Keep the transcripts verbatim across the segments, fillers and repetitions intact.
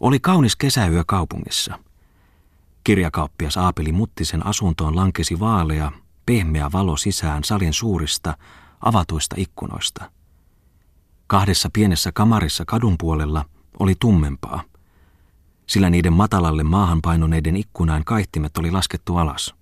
Oli kaunis kesäyö kaupungissa. Kirjakauppias Aapeli Muttisen asuntoon lankesi vaalea, pehmeä valo sisään salin suurista, avatuista ikkunoista. Kahdessa pienessä kamarissa kadun puolella oli tummempaa, sillä niiden matalalle maahan painuneiden ikkunain kaihtimet oli laskettu alas.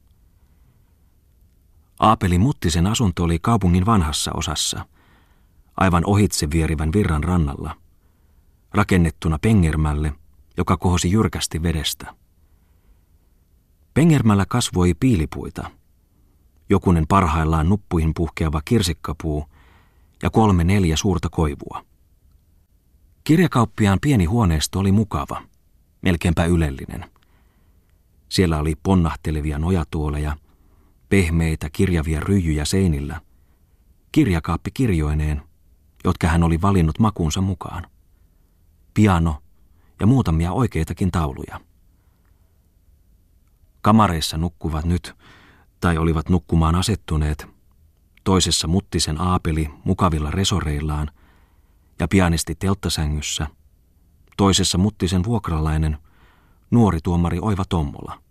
Aapeli Muttisen asunto oli kaupungin vanhassa osassa, aivan ohitse vierivän virran rannalla, rakennettuna pengermälle, joka kohosi jyrkästi vedestä. Pengermällä kasvoi piilipuita, jokunen parhaillaan nuppuihin puhkeava kirsikkapuu ja kolme neljä suurta koivua. Kirjakauppiaan pieni huoneisto oli mukava, melkeinpä ylellinen. Siellä oli ponnahtelevia nojatuoleja, pehmeitä kirjavia ryijyjä seinillä, kirjakaappi kirjoineen, jotka hän oli valinnut makuunsa mukaan, piano ja muutamia oikeitakin tauluja. Kamareissa nukkuvat nyt, tai olivat nukkumaan asettuneet, toisessa Muttisen Aapeli mukavilla resoreillaan ja pianisti telttasängyssä, toisessa Muttisen vuokralainen, nuori tuomari Oiva Tommola.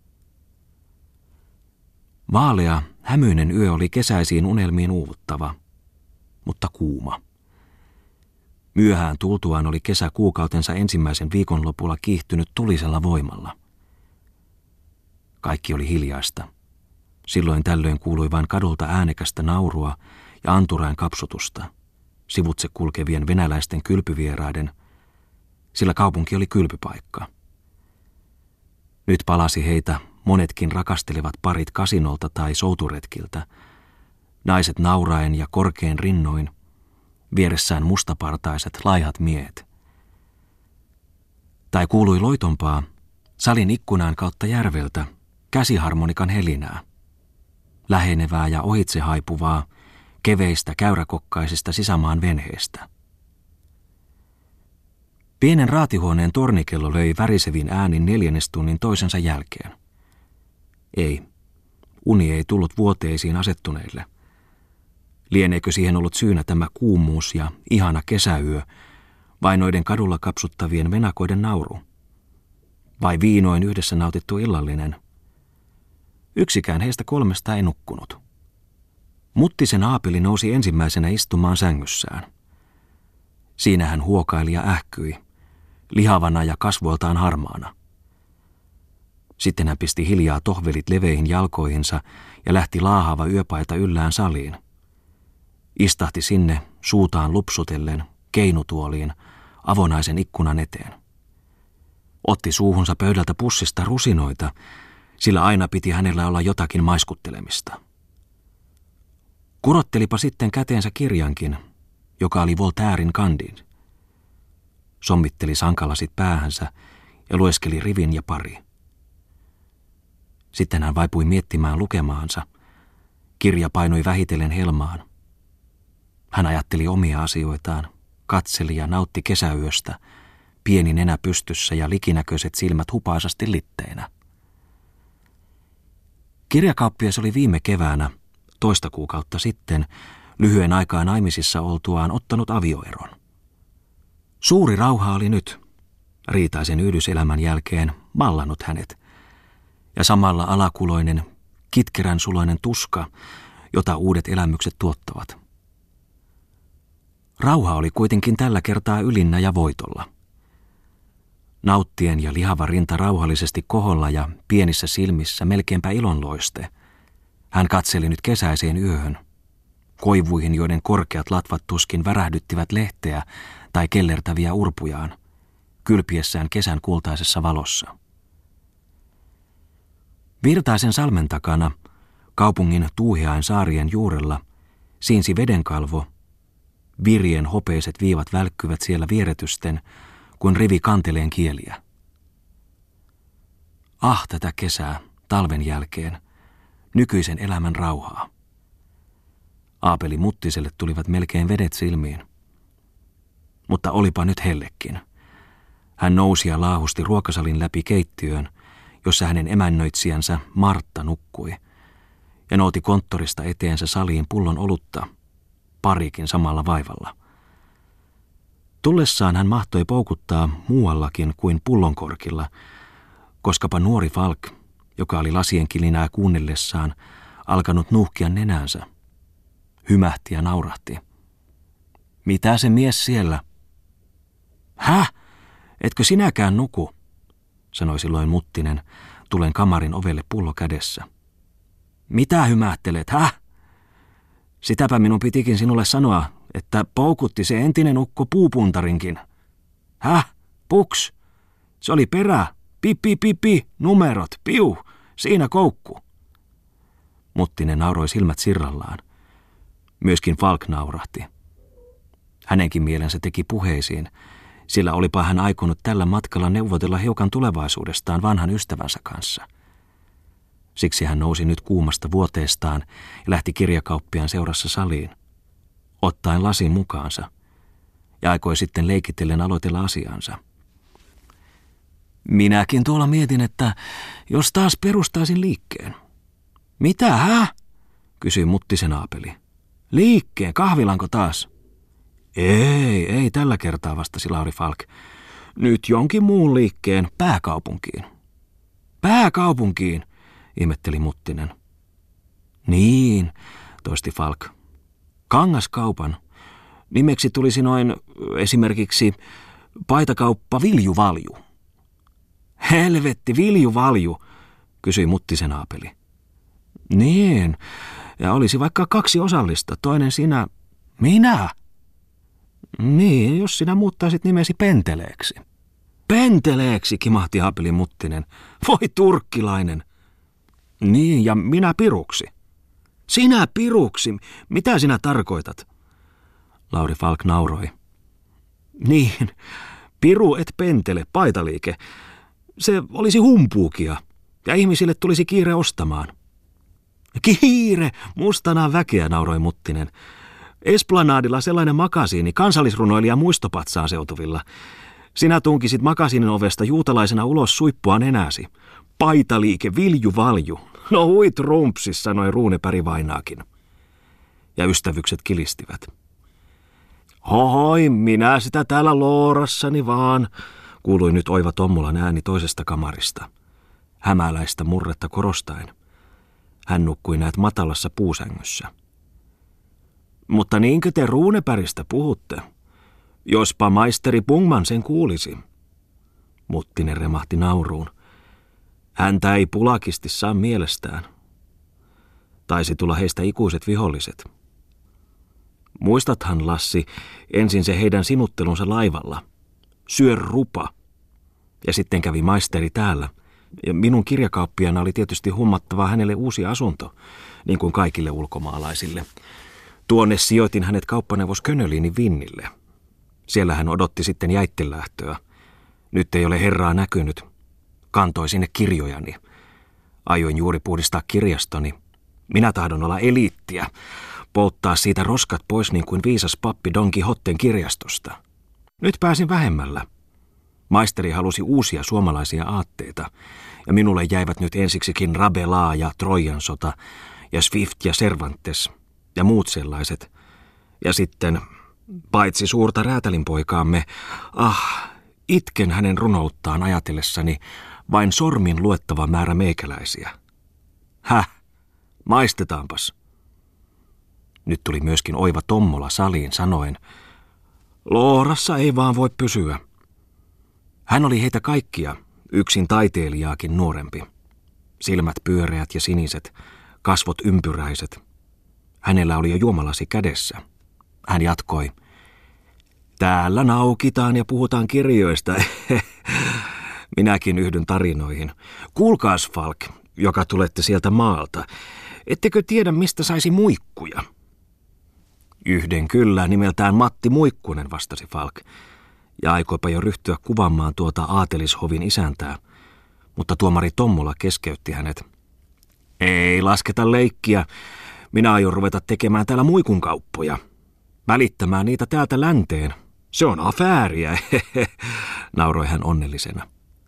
Vaalea, hämyinen yö oli kesäisiin unelmiin uuvuttava, mutta kuuma. Myöhään tultuaan oli kesä kuukautensa ensimmäisen viikonlopulla kiihtynyt tulisella voimalla. Kaikki oli hiljaista. Silloin tällöin kuului vain kadulta äänekästä naurua ja anturain kapsutusta, sivutse kulkevien venäläisten kylpyvieraiden, sillä kaupunki oli kylpypaikka. Nyt palasi heitä monetkin rakastelevat parit kasinolta tai souturetkiltä, naiset nauraen ja korkein rinnoin, vieressään mustapartaiset laihat miehet. Tai kuului loitompaa salin ikkunaan kautta järveltä käsiharmonikan helinää, lähenevää ja ohitse haipuvaa, keveistä käyräkokkaisista sisämaan venheistä. Pienen raatihuoneen tornikello löi värisevin äänin neljännestunnin toisensa jälkeen. Ei, uni ei tullut vuoteisiin asettuneille. Lieneekö siihen ollut syynä tämä kuumuus ja ihana kesäyö, vai noiden kadulla kapsuttavien venakoiden nauru? Vai viinoin yhdessä nautittu illallinen? Yksikään heistä kolmesta ei nukkunut. Muttisen Aapeli nousi ensimmäisenä istumaan sängyssään. Siinä hän huokaili ja ähkyi, lihavana ja kasvoiltaan harmaana. Sitten hän pisti hiljaa tohvelit leveihin jalkoihinsa ja lähti laahaava yöpaita yllään saliin. Istahti sinne suutaan lupsutellen, keinutuoliin, avonaisen ikkunan eteen. Otti suuhunsa pöydältä pussista rusinoita, sillä aina piti hänellä olla jotakin maiskuttelemista. Kurottelipa sitten käteensä kirjankin, joka oli Voltairen Candide. Sommitteli sankalasit päähänsä ja lueskeli rivin ja pari. Sitten hän vaipui miettimään lukemaansa. Kirja painoi vähitellen helmaan. Hän ajatteli omia asioitaan, katseli ja nautti kesäyöstä, pieni nenä pystyssä ja likinäköiset silmät hupaisasti litteinä. Kirjakauppias oli viime keväänä, toista kuukautta sitten, lyhyen aikaa naimisissa oltuaan ottanut avioeron. Suuri rauha oli nyt, riitaisen yhdyselämän jälkeen, vallannut hänet, ja samalla alakuloinen, kitkerän suloinen tuska, jota uudet elämykset tuottavat. Rauha oli kuitenkin tällä kertaa ylinnä ja voitolla. Nauttien ja lihava rinta rauhallisesti koholla ja pienissä silmissä melkeinpä ilonloiste, hän katseli nyt kesäiseen yöhön, koivuihin, joiden korkeat latvat tuskin värähdyttivät lehteä tai kellertäviä urpujaan, kylpiessään kesän kultaisessa valossa. Virtaisen salmen takana, kaupungin tuuheain saarien juurella, siinsi vedenkalvo. Virjen hopeiset viivat välkkyvät siellä vieretysten, kuin rivi kanteleen kieliä. Ah, tätä kesää, talven jälkeen, nykyisen elämän rauhaa. Aapeli Muttiselle tulivat melkein vedet silmiin. Mutta olipa nyt hellekin. Hän nousi ja laahusti ruokasalin läpi keittiöön, jossa hänen emännöitsijänsä Martta nukkui, ja nouti konttorista eteensä saliin pullon olutta, parikin samalla vaivalla. Tullessaan hän mahtoi poukuttaa muuallakin kuin pullonkorkilla, koskapa nuori Falk, joka oli lasien kilinää kuunnellessaan, alkanut nuuhkia nenänsä, hymähti ja naurahti. Mitä se mies siellä? Häh? Etkö sinäkään nuku? Sanoi silloin Muttinen, tulen kamarin ovelle pullo kädessä. Mitä hymähtelet, häh? Sitäpä minun pitikin sinulle sanoa, että poukutti se entinen ukko puupuntarinkin. Häh? Puks? Se oli perä. Pi, pi, pi, pi, numerot, piu, siinä koukku. Muttinen nauroi silmät sirrallaan. Myöskin Falk naurahti. Hänenkin mielensä teki puheisiin, sillä olipa hän aikonut tällä matkalla neuvotella hiukan tulevaisuudestaan vanhan ystävänsä kanssa. Siksi hän nousi nyt kuumasta vuoteestaan ja lähti kirjakauppiaan seurassa saliin, ottaen lasin mukaansa, ja aikoi sitten leikitellen aloitella asiansa. Minäkin tuolla mietin, että jos taas perustaisin liikkeen. Mitä, hä? Kysyi Muttisen aapeli. Liikkeen, kahvilanko taas? Ei, ei tällä kertaa, vastasi Lauri Falk. Nyt jonkin muun liikkeen pääkaupunkiin. Pääkaupunkiin, ihmetteli Muttinen. Niin, toisti Falk. Kangaskaupan. Nimeksi tulisi noin esimerkiksi paitakauppa Viljuvalju. Helvetti, Viljuvalju, kysyi Muttisen aapeli. Niin, ja olisi vaikka kaksi osallista, toinen sinä. Minä? Niin, jos sinä muuttaisit nimesi Penteleeksi. Penteleeksi, kimahti aapeli Muttinen. Voi turkkilainen. Niin, ja minä Piruksi. Sinä Piruksi? Mitä sinä tarkoitat? Lauri Falk nauroi. Niin, Piru et Pentele, paitaliike. Se olisi humpuukia, ja ihmisille tulisi kiire ostamaan. Kiire, mustanaan väkeä, nauroi Muttinen. Esplanadilla sellainen makasiini, kansallisrunoilija muistopatsaan seutuvilla. Sinä tunkisit makasiinin ovesta juutalaisena ulos suippua nenäsi. Paitaliike, Viljuvalju. No huit rumpsis, sanoi Ruunepäri vainaakin. Ja ystävykset kilistivät. Hohoi, minä sitä täällä loorassani vaan, kuului nyt oiva Tommolan ääni toisesta kamarista. Hämäläistä murretta korostaen. Hän nukkui näet matalassa puusängyssä. Mutta niinkö te Ruunepäristä puhutte? Jospa maisteri Pungman sen kuulisi. Muttinen remahti nauruun. Häntä ei pulakisti saa mielestään. Taisi tulla heistä ikuiset viholliset. Muistathan, Lassi, ensin se heidän sinuttelunsa laivalla. Syö rupa. Ja sitten kävi maisteri täällä. Ja minun kirjakauppiana oli tietysti hummattava hänelle uusi asunto, niin kuin kaikille ulkomaalaisille. Tuonne sijoitin hänet kauppaneuvos Könölinin Vinnille. Siellä hän odotti sitten jäittelähtöä. Nyt ei ole herraa näkynyt. Kantoi sinne kirjojani. Aioin juuri puhdistaa kirjastoni. Minä tahdon olla eliittiä. Polttaa siitä roskat pois niin kuin viisas pappi Don Quixoten kirjastosta. Nyt pääsin vähemmällä. Maisteri halusi uusia suomalaisia aatteita, ja minulle jäivät nyt ensiksikin Rabelais ja Trojan sota, ja Swift ja Cervantes, ja muut sellaiset. Ja sitten, paitsi suurta räätälinpoikaamme, ah, itken hänen runouttaan ajatellessani vain sormin luettava määrä meikäläisiä. Häh, maistetaanpas. Nyt tuli myöskin oiva Tommola saliin sanoen, loorassa ei vaan voi pysyä. Hän oli heitä kaikkia, yksin taiteilijaakin nuorempi. Silmät pyöreät ja siniset, kasvot ympyräiset. Hänellä oli jo juomalasi kädessä. Hän jatkoi. Täällä naukitaan ja puhutaan kirjoista. Minäkin yhdyn tarinoihin. Kuulkaas, Falk, joka tulette sieltä maalta. Ettekö tiedä, mistä saisi muikkuja? Yhden kyllä, nimeltään Matti Muikkunen, vastasi Falk. Ja aikoipa jo ryhtyä kuvaamaan tuota aatelishovin isäntää, mutta tuomari Tommola keskeytti hänet. Ei lasketa leikkiä. Minä aion ruveta tekemään täällä muikunkauppoja. Välittämään niitä täältä länteen. Se on afääriä, nauroi hän onnellisena.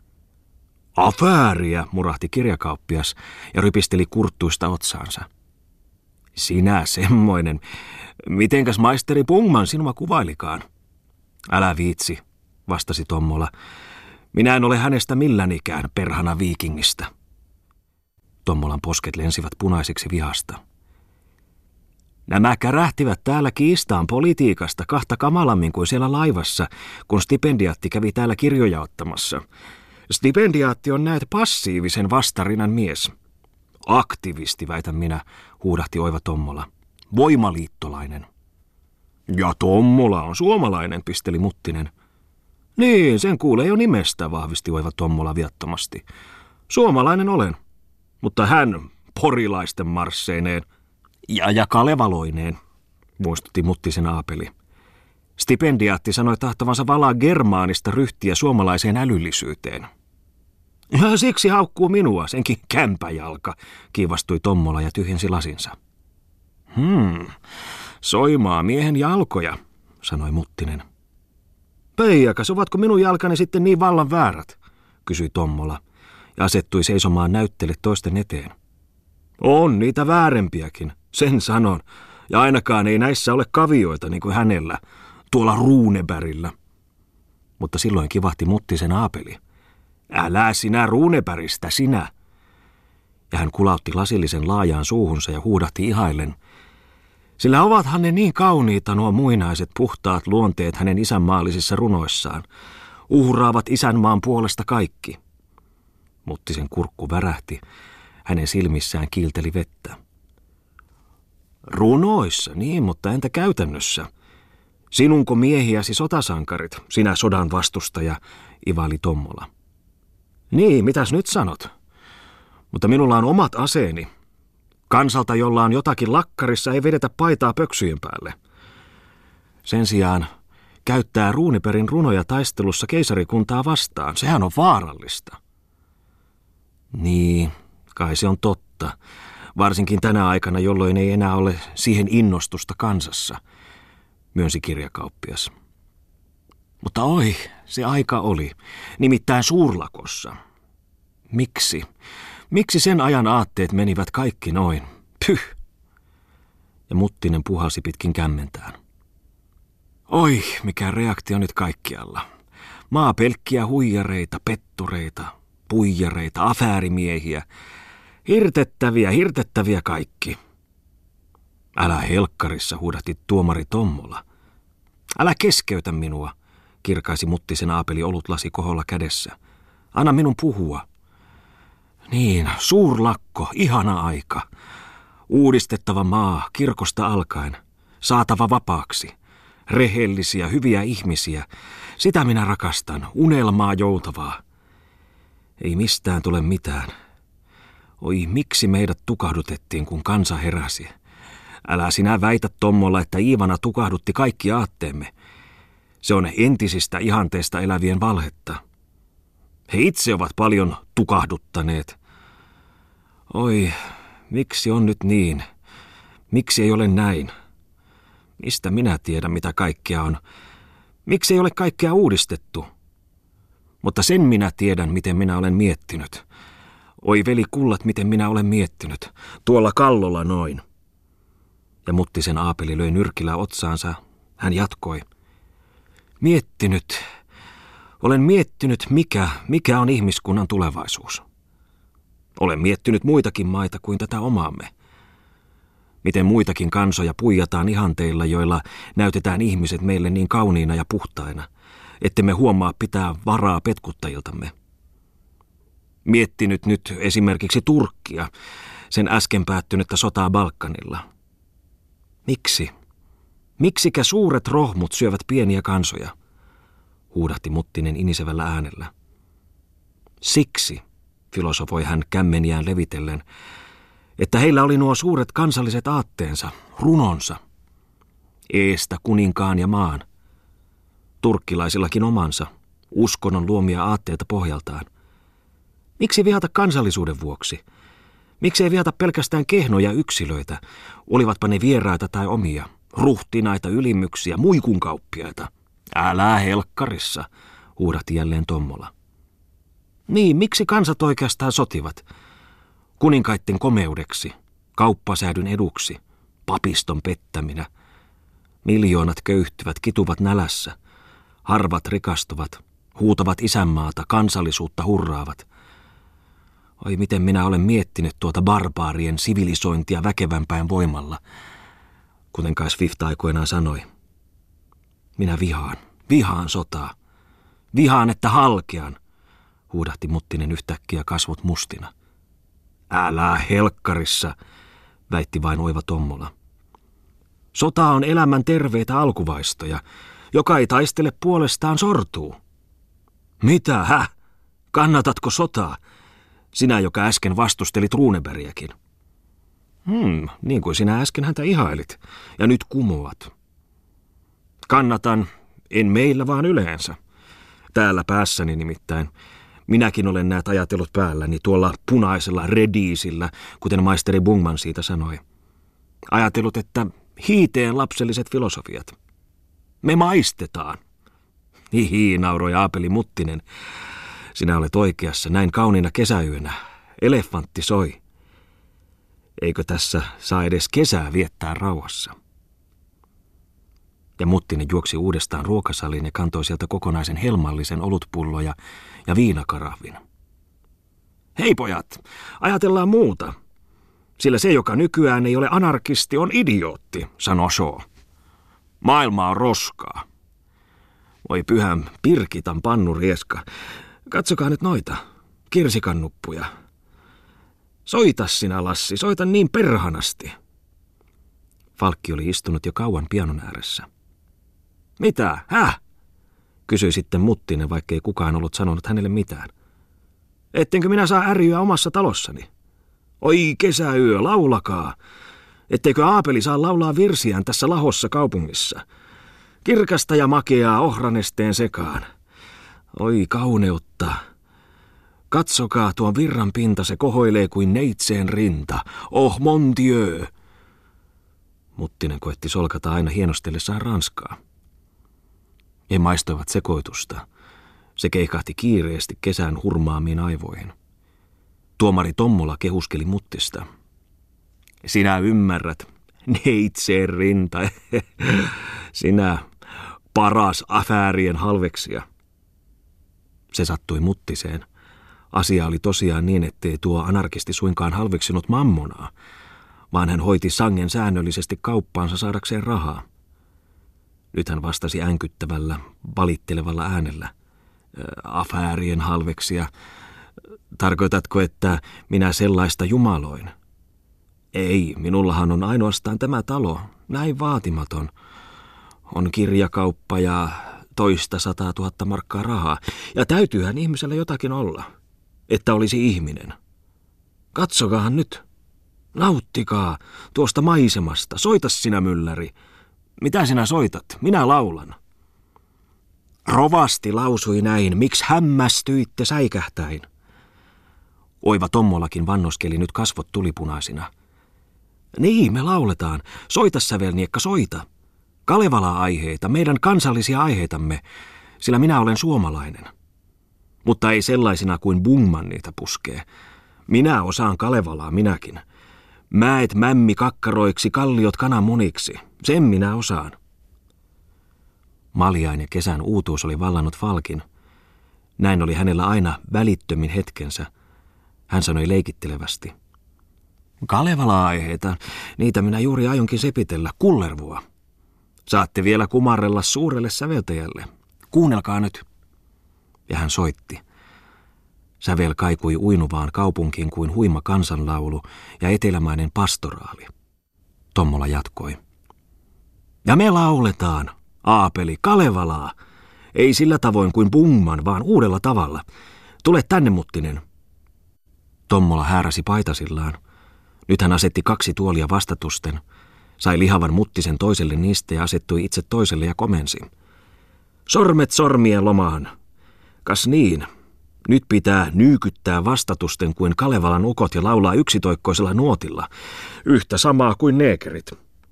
Afääriä, murahti kirjakauppias ja rypisteli kurttuista otsaansa. Sinä semmoinen. Mitenkäs maisteri Pungman sinua kuvailikaan? Älä viitsi, vastasi Tommola. Minä en ole hänestä millänikään perhana viikingistä. Tommolan posket lensivät punaisiksi vihasta. Nämä kärähtivät täällä kiistaan politiikasta kahta kamalammin kuin siellä laivassa, kun stipendiaatti kävi täällä kirjoja ottamassa. Stipendiaatti on näet passiivisen vastarinnan mies. Aktivisti, väitän minä, huudahti oiva Tommola. Voimaliittolainen. Ja Tommola on suomalainen, pisteli Muttinen. Niin, sen kuulee jo nimestä, vahvisti oiva Tommola viattomasti. Suomalainen olen, mutta hän porilaisten marsseineen ja, ja kalevaloineen, muistutti Muttisen Aapeli. Stipendiaatti sanoi tahtovansa valaa germaanista ryhtiä suomalaiseen älyllisyyteen. Ja siksi haukkuu minua, senkin kämpäjalka, kiivastui Tommola ja tyhjensi lasinsa. Hmm, soimaa miehen jalkoja, sanoi Muttinen. Peijakas, ovatko minun jalkani sitten niin vallan väärät, kysyi Tommola ja asettui seisomaan näyttele toisten eteen. On niitä väärempiäkin, sen sanon, ja ainakaan ei näissä ole kavioita niin kuin hänellä, tuolla Runebergillä. Mutta silloin kivahti Muttisen Aapeli. Älä sinä Runebergistä, sinä. Ja hän kulautti lasillisen laajaan suuhunsa ja huudahti ihaillen. Sillä ovathan ne niin kauniita nuo muinaiset puhtaat luonteet hänen isänmaallisissa runoissaan. Uhraavat isänmaan puolesta kaikki. Muttisen kurkku värähti. Hänen silmissään kiilteli vettä. Runoissa, niin, mutta entä käytännössä? Sinunko miehiäsi sotasankarit, sinä sodan vastustaja, ivaili Tommola. Niin, mitäs nyt sanot? Mutta minulla on omat aseeni. Kansalta, jolla on jotakin lakkarissa, ei vedetä paitaa pöksyjen päälle. Sen sijaan käyttää Runebergin runoja taistelussa keisarikuntaa vastaan. Sehän on vaarallista. Niin, kai se on totta. Varsinkin tänä aikana, jolloin ei enää ole siihen innostusta kansassa, myönsi kirjakauppias. Mutta oi, se aika oli, nimittäin suurlakossa. Miksi? Miksi sen ajan aatteet menivät kaikki noin? Pyh! Ja Muttinen puhalsi pitkin kämmentään. Oi, mikä reaktio nyt kaikkialla. Maa pelkkiä huijareita, pettureita, puijareita, afäärimiehiä. Hirtettäviä, hirtettäviä kaikki. Älä helkkarissa, huudahti tuomari Tommola. Älä keskeytä minua, kirkaisi Muttisen Aapeli olutlasi koholla kädessä. Anna minun puhua. Niin, suurlakko, ihana aika. Uudistettava maa, kirkosta alkaen. Saatava vapaaksi. Rehellisiä, hyviä ihmisiä. Sitä minä rakastan, unelmaa joutavaa. Ei mistään tule mitään. Oi, miksi meidät tukahdutettiin, kun kansa heräsi. Älä sinä väitä, Tommola, että Iivana tukahdutti kaikki aatteemme. Se on entisistä ihanteista elävien valhetta. He itse ovat paljon tukahduttaneet. Oi, miksi on nyt niin? Miksi ei ole näin? Mistä minä tiedän, mitä kaikkea on? Miksi ei ole kaikkea uudistettu? Mutta sen minä tiedän, miten minä olen miettinyt. Oi veli kullat, miten minä olen miettinyt. Tuolla kallolla noin. Ja Muttisen Aapeli löi nyrkillä otsaansa. Hän jatkoi. Miettinyt. Olen miettinyt, mikä, mikä on ihmiskunnan tulevaisuus. Olen miettinyt muitakin maita kuin tätä omaamme. Miten muitakin kansoja puijataan ihanteilla, joilla näytetään ihmiset meille niin kauniina ja puhtaina, ettemme huomaa pitää varaa petkuttajiltamme. Miettinyt nyt esimerkiksi Turkkia, sen äsken päättynyttä sotaa Balkanilla. Miksi? Miksikä suuret rohmut syövät pieniä kansoja? Huudahti Muttinen inisevällä äänellä. Siksi, filosofoi hän kämmeniään levitellen, että heillä oli nuo suuret kansalliset aatteensa, runonsa. Eestä kuninkaan ja maan. Turkkilaisillakin omansa, uskonnon luomia aatteita pohjaltaan. Miksi vihata kansallisuuden vuoksi? Miksi ei vihata pelkästään kehnoja yksilöitä, olivatpa ne vieraita tai omia, ruhtinaita, ylimyksiä, muikunkauppiaita? Älä helkkarissa, huudahti jälleen Tommola. Niin, miksi kansat oikeastaan sotivat? Kuninkaitten komeudeksi, kauppasäädyn eduksi, papiston pettäminä. Miljoonat köyhtyvät, kituvat nälässä. Harvat rikastuvat, huutavat isänmaata, kansallisuutta hurraavat. Oi, miten minä olen miettinyt tuota barbaarien sivilisointia väkevämpään voimalla, kuten kai Swift aikoinaan sanoi. Minä vihaan, vihaan sotaa. Vihaan, että halkean, huudahti Muttinen yhtäkkiä kasvot mustina. Älä helkkarissa, väitti vain Oiva Tommola. Sota on elämän terveitä alkuvaistoja. Joka ei taistele puolestaan sortuu. Mitä, hä? Kannatatko sotaa? Sinä, joka äsken vastustelit Runebergiäkin. Hmm, niin kuin sinä äsken häntä ihailit, ja nyt kumoat. Kannatan, en meillä vaan yleensä. Täällä päässäni nimittäin. Minäkin olen näet ajatellut päälläni tuolla punaisella rediisillä, kuten maisteri Bungman siitä sanoi. Ajatellut, että hiiteen lapselliset filosofiat. Me maistetaan. Hihi, nauroi Aapeli Muttinen. Sinä olet oikeassa, näin kauniina kesäyönä. Elefantti soi. Eikö tässä saa edes kesää viettää rauhassa? Ja Muttinen juoksi uudestaan ruokasaliin ja kantoi sieltä kokonaisen helmallisen olutpulloja ja viinakarahvin. Hei pojat, ajatellaan muuta. Sillä se, joka nykyään ei ole anarkisti, on idiootti, sanoi Shaw. Maailma on roskaa. Voi pyhän Pirkitan pannurieska. Katsokaa nyt noita, kirsikannuppuja. Soita sinä, Lassi, soita niin perhanasti. Falkki oli istunut jo kauan pianon ääressä. Mitä, häh? Kysyi sitten Muttinen, vaikkei kukaan ollut sanonut hänelle mitään. Ettenkö minä saa ärjyä omassa talossani? Oi kesäyö, laulakaa. Etteikö Aapeli saa laulaa virsiään tässä lahossa kaupungissa? Kirkasta ja makeaa ohranesteen sekaan. Oi kauneutta. Katsokaa, tuon virran pinta, se kohoilee kuin neitseen rinta. Oh mon dieu. Muttinen koetti solkata aina hienostellessaan ranskaa. He maistoivat sekoitusta. Se keikahti kiireesti kesän hurmaamiin aivoihin. Tuomari Tommola kehuskeli Muttista. Sinä ymmärrät, neitseen rinta, sinä paras afäärien halveksija. Se sattui Muttiseen. Asia oli tosiaan niin, ettei tuo anarkisti suinkaan halveksinut mammonaa, vaan hän hoiti sangen säännöllisesti kauppaansa saadakseen rahaa. Nyt hän vastasi änkyttävällä, valittelevalla äänellä. Afäärien halveksija. Tarkoitatko, että minä sellaista jumaloin? Ei, minullahan on ainoastaan tämä talo, näin vaatimaton. On kirjakauppa ja toista sataa tuhatta markkaa rahaa. Ja täytyyhän ihmisellä jotakin olla, että olisi ihminen. Katsokaahan nyt. Nauttikaa tuosta maisemasta. Soita sinä, mylläri. Mitä sinä soitat? Minä laulan. Rovasti lausui näin. Miksi hämmästyitte säikähtäin? Oiva Tommolakin vannoskeli nyt kasvot tulipunaisina. Niin, me lauletaan. Soita, sävelniekka, soita. Kalevala-aiheita, meidän kansallisia aiheitamme, sillä minä olen suomalainen. Mutta ei sellaisina kuin Bungman niitä puskee. Minä osaan Kalevalaa, minäkin. Mäet mämmi kakkaroiksi, kalliot kananmuniksi. Sen minä osaan. Maljain ja kesän uutuus oli vallannut Falkin. Näin oli hänellä aina välittömin hetkensä. Hän sanoi leikittelevästi. Kalevala-aiheita, niitä minä juuri aionkin sepitellä, kullervua. Saatte vielä kumarrella suurelle säveltäjälle. Kuunnelkaa nyt. Ja hän soitti. Sävel kaikui uinuvaan kaupunkiin kuin huima kansanlaulu ja etelämäinen pastoraali. Tommola jatkoi. Ja me lauletaan, Aapeli, Kalevalaa. Ei sillä tavoin kuin Bungman, vaan uudella tavalla. Tule tänne, Muttinen. Tommola hääräsi paitasillaan. Nyt hän asetti kaksi tuolia vastatusten, sai lihavan Muttisen toiselle niistä ja asettui itse toiselle ja komensi. Sormet sormien lomaan. Kas niin, nyt pitää nyykyttää vastatusten kuin Kalevalan ukot ja laulaa yksitoikkoisella nuotilla, yhtä samaa kuin neekerit.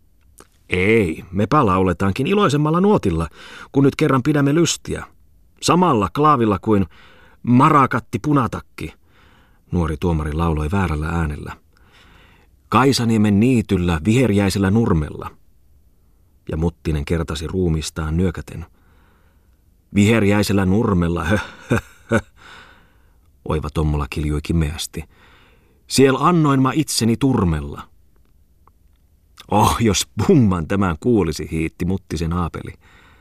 Ei, mepä lauletaankin iloisemmalla nuotilla, kun nyt kerran pidämme lystiä. Samalla klaavilla kuin marakatti punatakki, nuori tuomari lauloi väärällä äänellä. Kaisaniemen niityllä viherjäisellä nurmella. Ja Muttinen kertasi ruumistaan nyökäten. Viherjäisellä nurmella, hö, hö, hö. Oiva Tommola kiljui kimeästi. Siel annoin mä itseni turmella. Oh, jos Bungman tämän kuulisi, hiitti Muttisen Aapeli.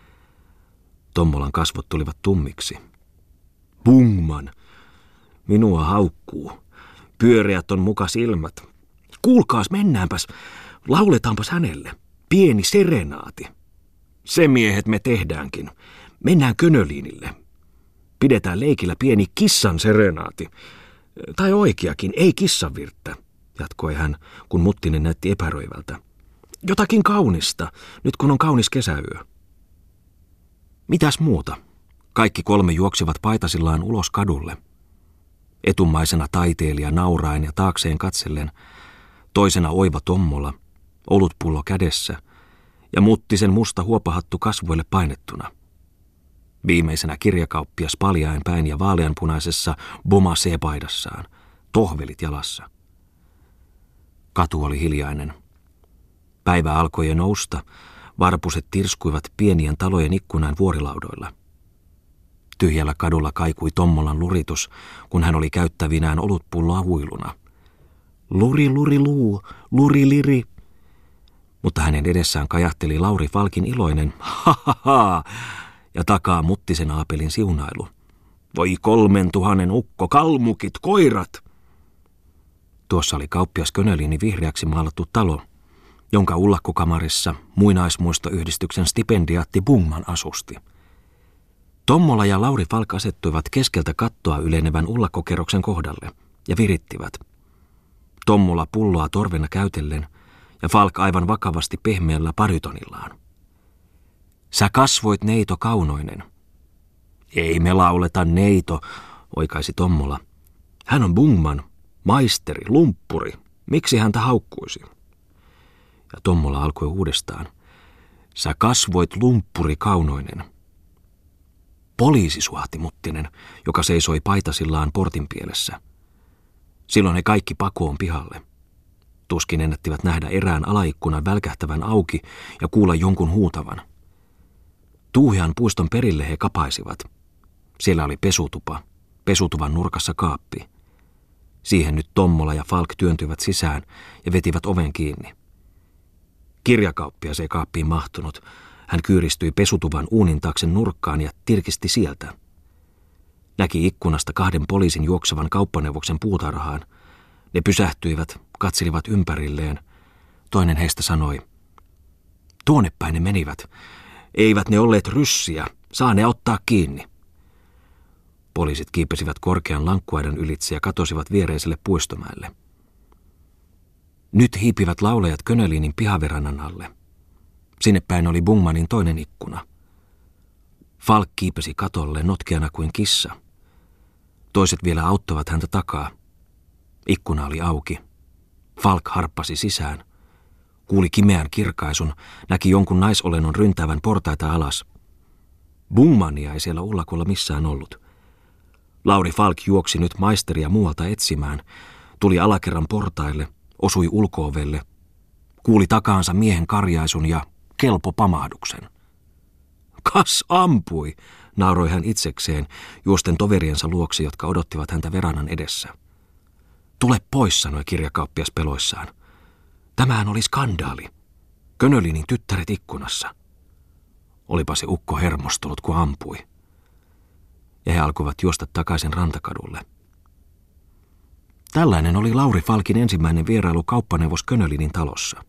Tommolan kasvot tulivat tummiksi. Bungman, minua haukkuu. Pyöreät on muka silmät. Kuulkaas, mennäänpäs, lauletaanpas hänelle. Pieni serenaati. Se miehet me tehdäänkin. Mennään Könöliinille. Pidetään leikillä pieni kissan serenaati. Tai oikeakin, ei kissanvirttä, jatkoi hän, kun Muttinen näytti epäröivältä. Jotakin kaunista, nyt kun on kaunis kesäyö. Mitäs muuta? Kaikki kolme juoksivat paitasillaan ulos kadulle. Etumaisena taiteilija nauraen ja taakseen katsellen, toisena Oiva Tommola, olutpullo kädessä ja Muttisen musta huopahattu kasvoille painettuna. Viimeisenä kirjakauppias paljain päin ja vaaleanpunaisessa bomasee-paidassaan, tohvelit jalassa. Katu oli hiljainen. Päivä alkoi jo nousta, varpuset tirskuivat pienien talojen ikkunan vuorilaudoilla. Tyhjällä kadulla kaikui Tommolan luritus, kun hän oli käyttävinään olutpulloa huiluna. Luri, luri, luu, luri, liri. Mutta hänen edessään kajahteli Lauri Falkin iloinen, ha ha ha, ja takaa Muttisen Aapelin siunailu. Voi kolmen tuhannen ukko, kalmukit, koirat! Tuossa oli kauppias Könöliini vihreäksi maalattu talo, jonka ullakkokamarissa muinaismuistoyhdistyksen stipendiaatti Bungman asusti. Tommola ja Lauri Falk asettuivat keskeltä kattoa ylenevän ullakkokerroksen kohdalle ja virittivät. Tommola pulloa torvena käytellen ja Falk aivan vakavasti pehmeällä barytonillaan. Sä kasvoit neito kaunoinen. Ei me lauleta neito, oikaisi Tommola. Hän on Bungman, maisteri, lumppuri. Miksi häntä haukkuisi? Ja Tommola alkoi uudestaan. Sä kasvoit lumppuri kaunoinen. Poliisi, suhahti Muttinen, joka seisoi paitasillaan portin pielessä. Silloin he kaikki pakoon pihalle. Tuskin ennättivät nähdä erään alaikkunan välkähtävän auki ja kuulla jonkun huutavan. Tuuhean puiston perille he kapaisivat. Siellä oli pesutupa, pesutuvan nurkassa kaappi. Siihen nyt Tommola ja Falk työntyivät sisään ja vetivät oven kiinni. Kirjakauppias ei kaappiin mahtunut. Hän kyyristyi pesutuvan uunin taakse nurkkaan ja tirkisti sieltä. Näki ikkunasta kahden poliisin juoksevan kauppaneuvoksen puutarhaan. Ne pysähtyivät, katselivat ympärilleen. Toinen heistä sanoi, tuonne päin ne menivät. Eivät ne olleet ryssiä, saa ne ottaa kiinni. Poliisit kiipesivät korkean lankkuaidan ylitse ja katosivat viereiselle puistomäelle. Nyt hiipivät laulajat Könöliinin pihaverannan alle. Sinne päin oli Bungmanin toinen ikkuna. Falk kiipesi katolle notkeana kuin kissa. Toiset vielä auttavat häntä takaa. Ikkuna oli auki. Falk harppasi sisään. Kuuli kimeän kirkaisun, näki jonkun naisolennon ryntäävän portaita alas. Bungmania ei siellä ullakolla missään ollut. Lauri Falk juoksi nyt maisteria muualta etsimään, tuli alakerran portaille, osui ulko-ovelle, kuuli takaansa miehen karjaisun ja kelpo pamahduksen. Kas ampui, nauroi hän itsekseen, juosten toveriensa luoksi, jotka odottivat häntä verannan edessä. Tule pois, sanoi kirjakauppias peloissaan. Tämähän oli skandaali. Könöliinin tyttäret ikkunassa. Olipa se ukko hermostunut, kun ampui. Ja he alkoivat juosta takaisin rantakadulle. Tällainen oli Lauri Falkin ensimmäinen vierailu kauppaneuvos Könöliinin talossa.